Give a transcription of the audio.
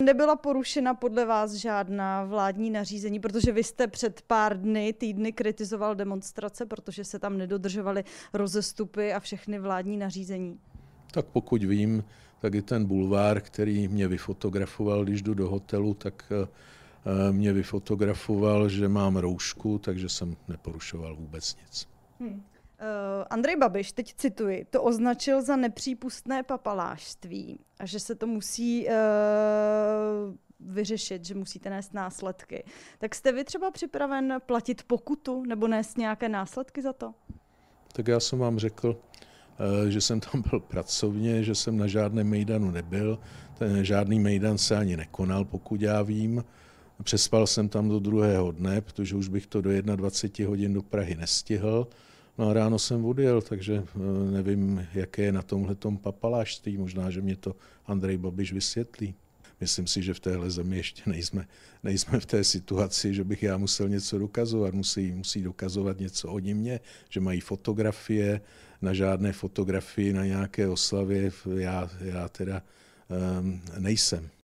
Nebyla porušena podle vás žádná vládní nařízení, protože vy jste před pár týdny kritizoval demonstrace, protože se tam nedodržovaly rozestupy a všechny vládní nařízení. Tak pokud vím, tak i ten bulvár, který mě vyfotografoval, když jdu do hotelu, tak mě vyfotografoval, že mám roušku, takže jsem neporušoval vůbec nic. Andrej Babiš, teď cituji, to označil za nepřípustné papalášství a že se to musí vyřešit, že musíte nést následky. Tak jste vy třeba připraven platit pokutu nebo nést nějaké následky za to? Tak já jsem vám řekl, že jsem tam byl pracovně, že jsem na žádném mejdanu nebyl. Žádný mejdan se ani nekonal, pokud já vím. Přespal jsem tam do druhého dne, protože už bych to do 21 hodin do Prahy nestihl. No a ráno jsem odjel, takže nevím, jaké je na tomhletom papalášství. Možná, že mě to Andrej Babiš vysvětlí. Myslím si, že v téhle zemi ještě nejsme v té situaci, že bych já musel něco dokazovat. Musí dokazovat něco oni mě, že mají fotografie, na žádné fotografii, na nějaké oslavě já teda nejsem.